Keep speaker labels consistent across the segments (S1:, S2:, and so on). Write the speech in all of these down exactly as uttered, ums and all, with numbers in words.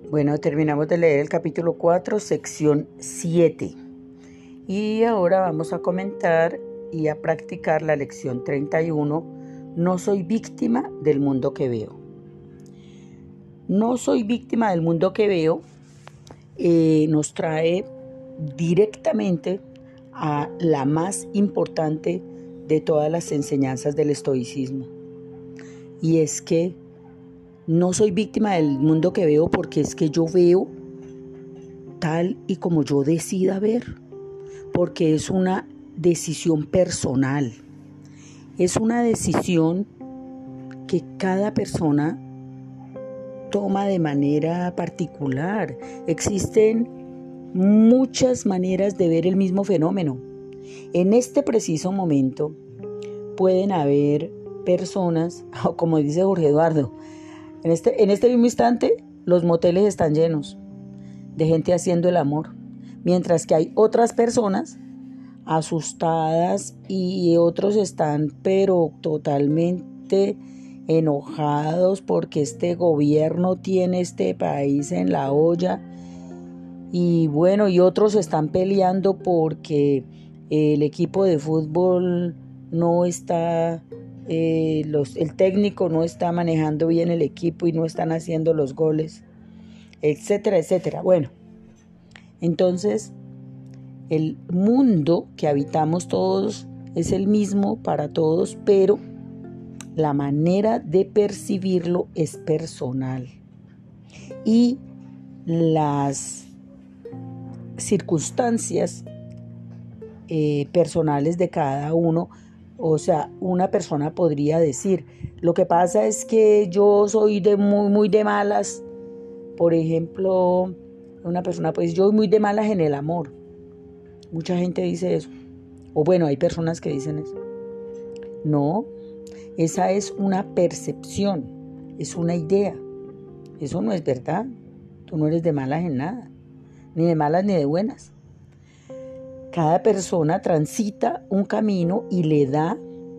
S1: Bueno, terminamos de leer el capítulo cuatro, sección siete. Y ahora vamos a comentar y a practicar la lección treinta y uno. No soy víctima del mundo que veo. No soy víctima del mundo que veo eh, nos trae directamente a la más importante de todas las enseñanzas del estoicismo. Y es que no soy víctima del mundo que veo porque es que yo veo tal y como yo decida ver, porque es una decisión personal, es una decisión que cada persona toma de manera particular. Existen muchas maneras de ver el mismo fenómeno. En este preciso momento pueden haber personas, como dice Jorge Eduardo, en este, en este mismo instante los moteles están llenos de gente haciendo el amor, mientras que hay otras personas asustadas y otros están pero totalmente enojados porque este gobierno tiene este país en la olla. Y bueno, y otros están peleando porque el equipo de fútbol no está, eh, los, el técnico no está manejando bien el equipo y no están haciendo los goles, etcétera, etcétera. Bueno, entonces el mundo que habitamos todos es el mismo para todos, pero la manera de percibirlo es personal. Y las circunstancias eh, personales de cada uno, o sea, una persona podría decir, lo que pasa es que yo soy de muy, muy de malas, por ejemplo, una persona pues yo soy muy de malas en el amor. Mucha gente dice eso, o bueno, hay personas que dicen eso. No, esa es una percepción, es una idea, eso no es verdad. Tú no eres de malas en nada, ni de malas ni de buenas. Cada persona transita un camino y le da,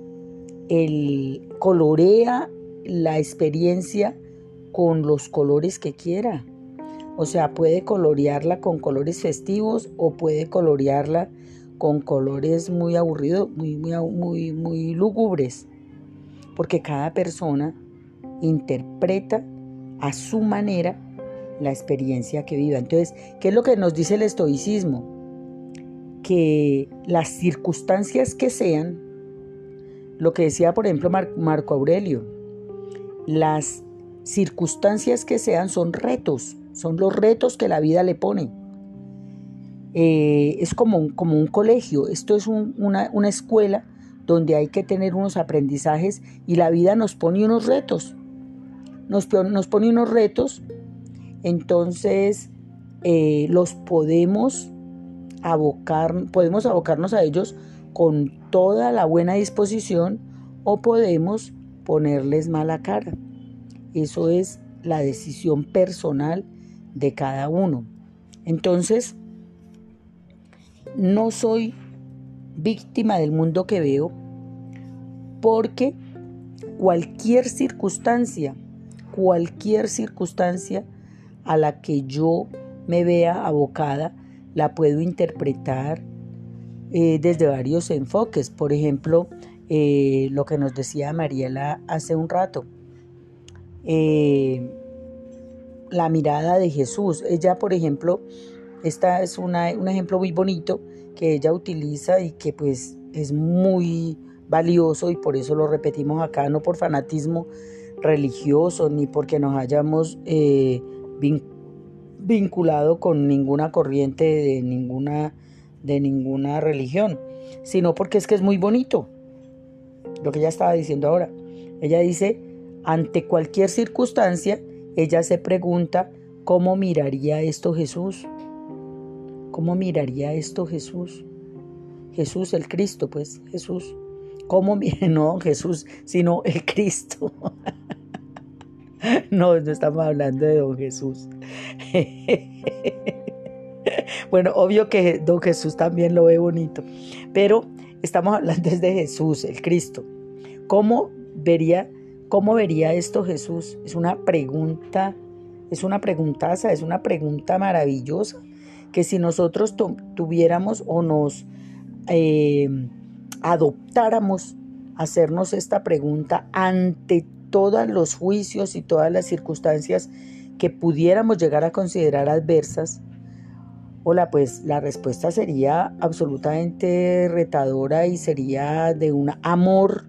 S1: el colorea la experiencia con los colores que quiera. O sea, puede colorearla con colores festivos o puede colorearla con colores muy aburridos, muy, muy, muy, muy lúgubres. Porque cada persona interpreta a su manera la experiencia que viva. Entonces, ¿qué es lo que nos dice el estoicismo? Que las circunstancias que sean, lo que decía por ejemplo Mar- Marco Aurelio, las circunstancias que sean son retos, son los retos que la vida le pone. Eh, es como un, como un colegio, esto es un, una, una escuela donde hay que tener unos aprendizajes y la vida nos pone unos retos, nos, nos pone unos retos. Entonces eh, los podemos abocar, podemos abocarnos a ellos con toda la buena disposición o podemos ponerles mala cara. Eso es la decisión personal de cada uno. Entonces, no soy víctima del mundo que veo porque cualquier circunstancia, cualquier circunstancia a la que yo me vea abocada, la puedo interpretar eh, desde varios enfoques. Por ejemplo, eh, lo que nos decía Mariela hace un rato, eh, la mirada de Jesús. Ella, por ejemplo, esta es una, un ejemplo muy bonito que ella utiliza y que pues es muy valioso y por eso lo repetimos acá, no por fanatismo religioso ni porque nos hayamos eh, vinculado con ninguna corriente de ninguna, de ninguna religión, sino porque es que es muy bonito lo que ella estaba diciendo ahora. Ella dice, ante cualquier circunstancia, ella se pregunta, ¿cómo miraría esto Jesús? ¿Cómo miraría esto Jesús? Jesús, el Cristo, pues, Jesús. ¿Cómo? No Jesús, sino el Cristo. No, no estamos hablando de don Jesús. Bueno, obvio que don Jesús también lo ve bonito, pero estamos hablando de Jesús, el Cristo. ¿Cómo vería, cómo vería esto Jesús? Es una pregunta Es una preguntaza, es una pregunta maravillosa que si nosotros tuviéramos o nos eh, adoptáramos a hacernos esta pregunta ante todos los juicios y todas las circunstancias que pudiéramos llegar a considerar adversas, hola, pues la respuesta sería absolutamente retadora y sería de un amor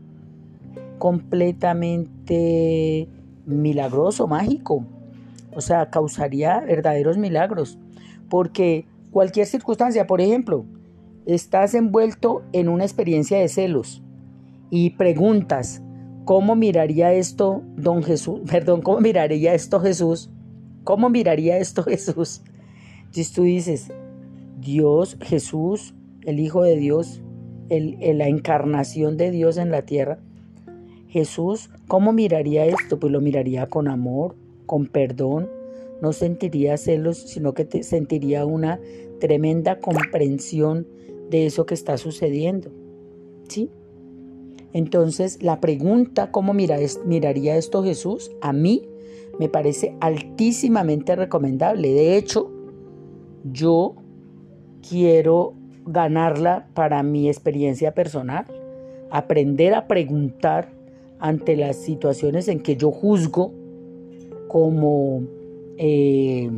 S1: completamente milagroso, mágico. O sea, causaría verdaderos milagros, porque cualquier circunstancia, por ejemplo, estás envuelto en una experiencia de celos y preguntas, ¿cómo miraría esto don Jesús? Perdón, ¿cómo miraría esto Jesús? ¿Cómo miraría esto Jesús? Entonces tú dices, Dios, Jesús, el Hijo de Dios, el, el, la encarnación de Dios en la tierra, Jesús, ¿cómo miraría esto? Pues lo miraría con amor, con perdón, no sentiría celos, sino que te sentiría una tremenda comprensión de eso que está sucediendo, ¿sí? Entonces, la pregunta, ¿cómo mira, miraría esto Jesús? A mí me parece altísimamente recomendable. De hecho, yo quiero ganarla para mi experiencia personal, aprender a preguntar ante las situaciones en que yo juzgo como, eh,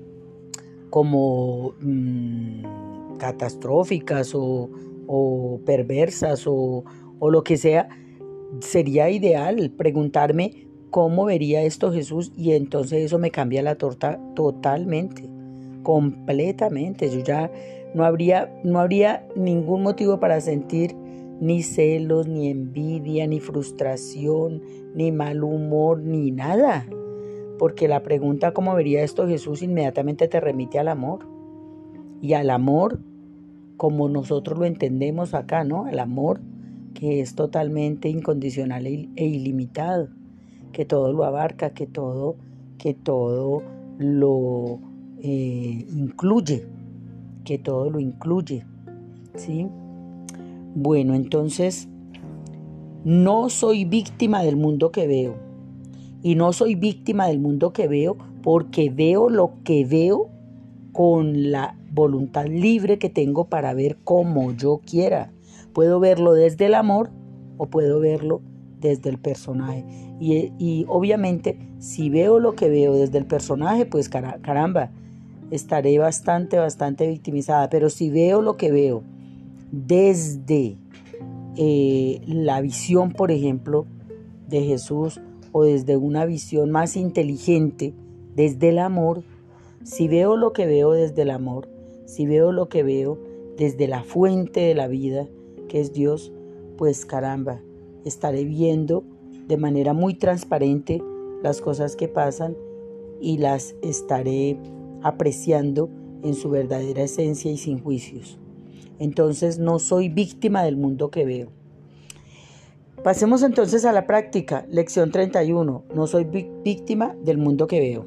S1: como mmm, catastróficas o, o perversas o, o lo que sea. Sería ideal preguntarme cómo vería esto Jesús, y entonces eso me cambia la torta totalmente, completamente. Yo ya no habría, no habría ningún motivo para sentir ni celos, ni envidia, ni frustración, ni mal humor, ni nada. Porque la pregunta ¿cómo vería esto Jesús? Inmediatamente te remite al amor. Y al amor como nosotros lo entendemos acá, ¿no? Al amor que es totalmente incondicional e ilimitado, que todo lo abarca, que todo, que todo lo eh, incluye, que todo lo incluye, ¿sí? Bueno, entonces, no soy víctima del mundo que veo. Y no soy víctima del mundo que veo porque veo lo que veo con la voluntad libre que tengo para ver como yo quiera. Puedo verlo desde el amor o puedo verlo desde el personaje. Y, y obviamente, si veo lo que veo desde el personaje, pues caramba, estaré bastante, bastante victimizada. Pero si veo lo que veo desde eh, la visión, por ejemplo, de Jesús, o desde una visión más inteligente, desde el amor, si veo lo que veo desde el amor, si veo lo que veo desde la fuente de la vida, que es Dios, pues caramba, estaré viendo de manera muy transparente las cosas que pasan y las estaré apreciando en su verdadera esencia y sin juicios. Entonces no soy víctima del mundo que veo. Pasemos entonces a la práctica. Lección treinta y uno. No soy víctima del mundo que veo.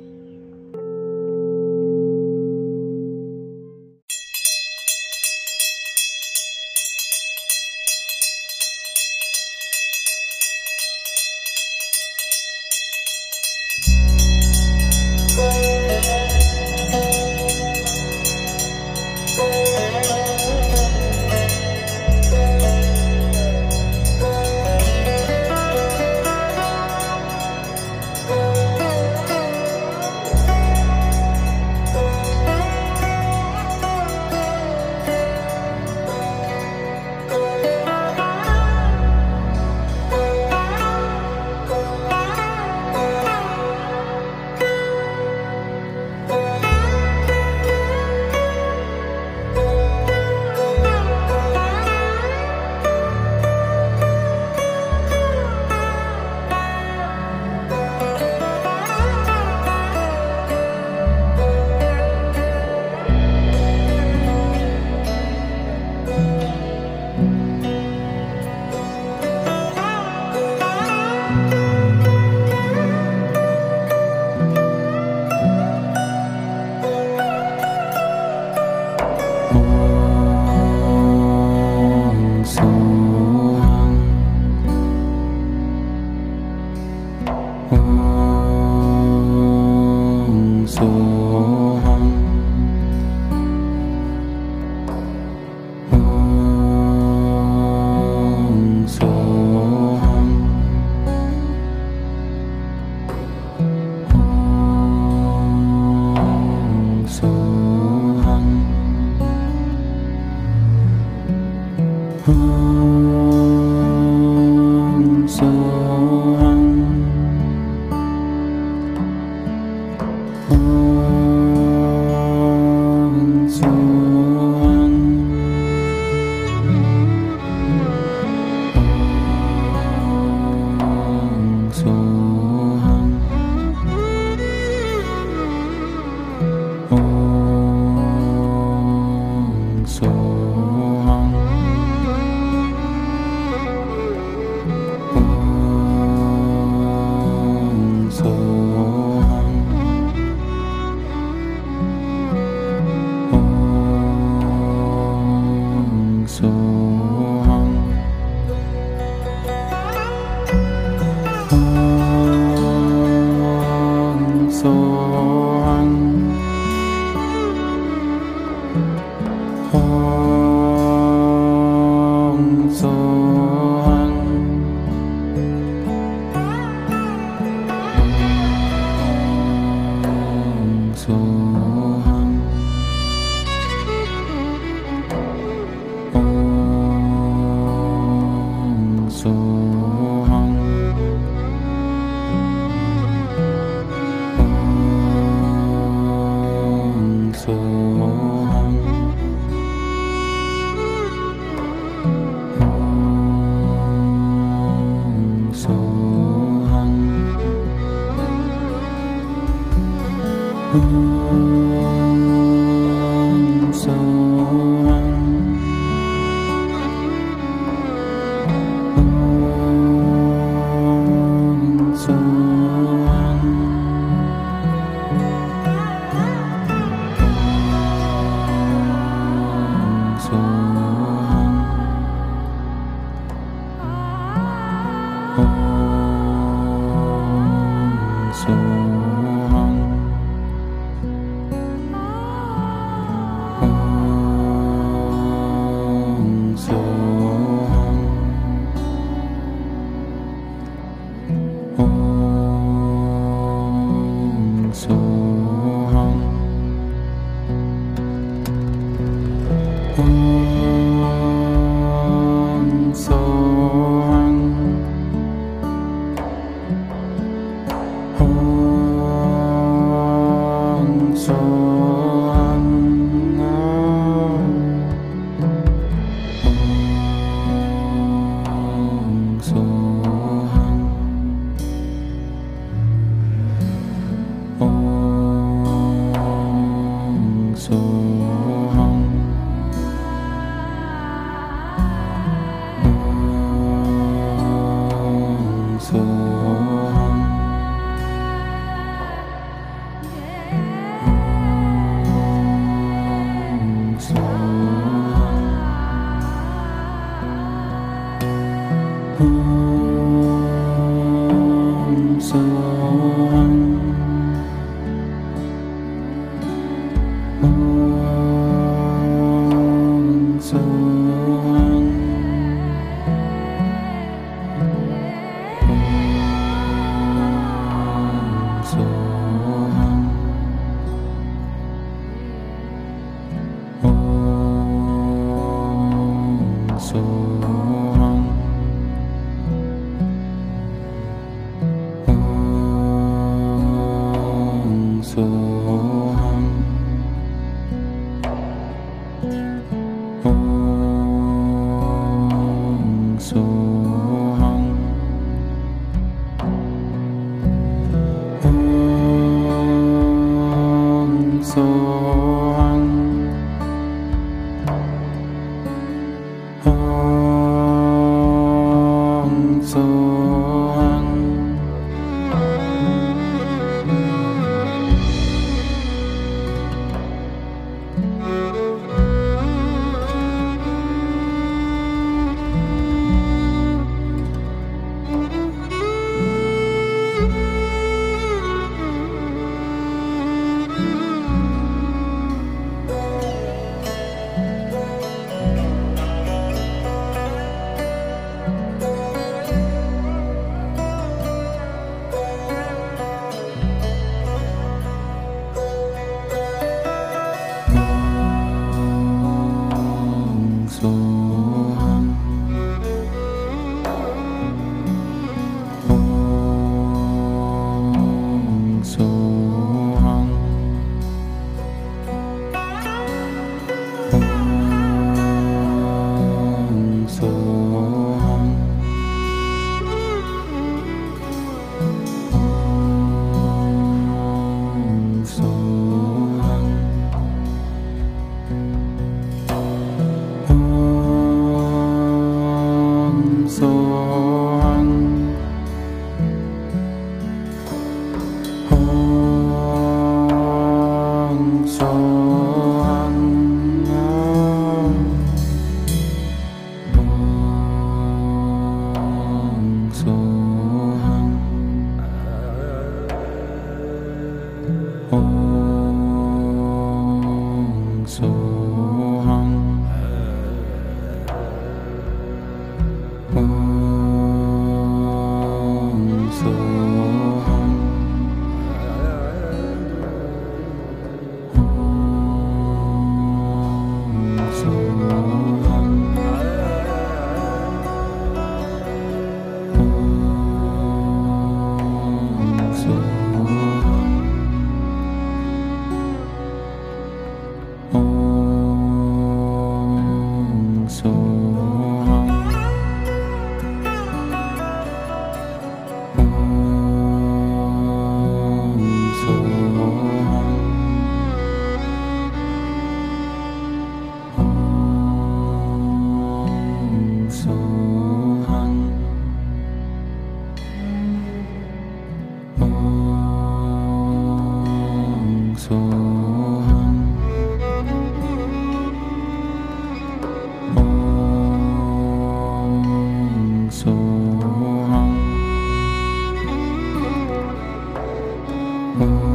S2: Oh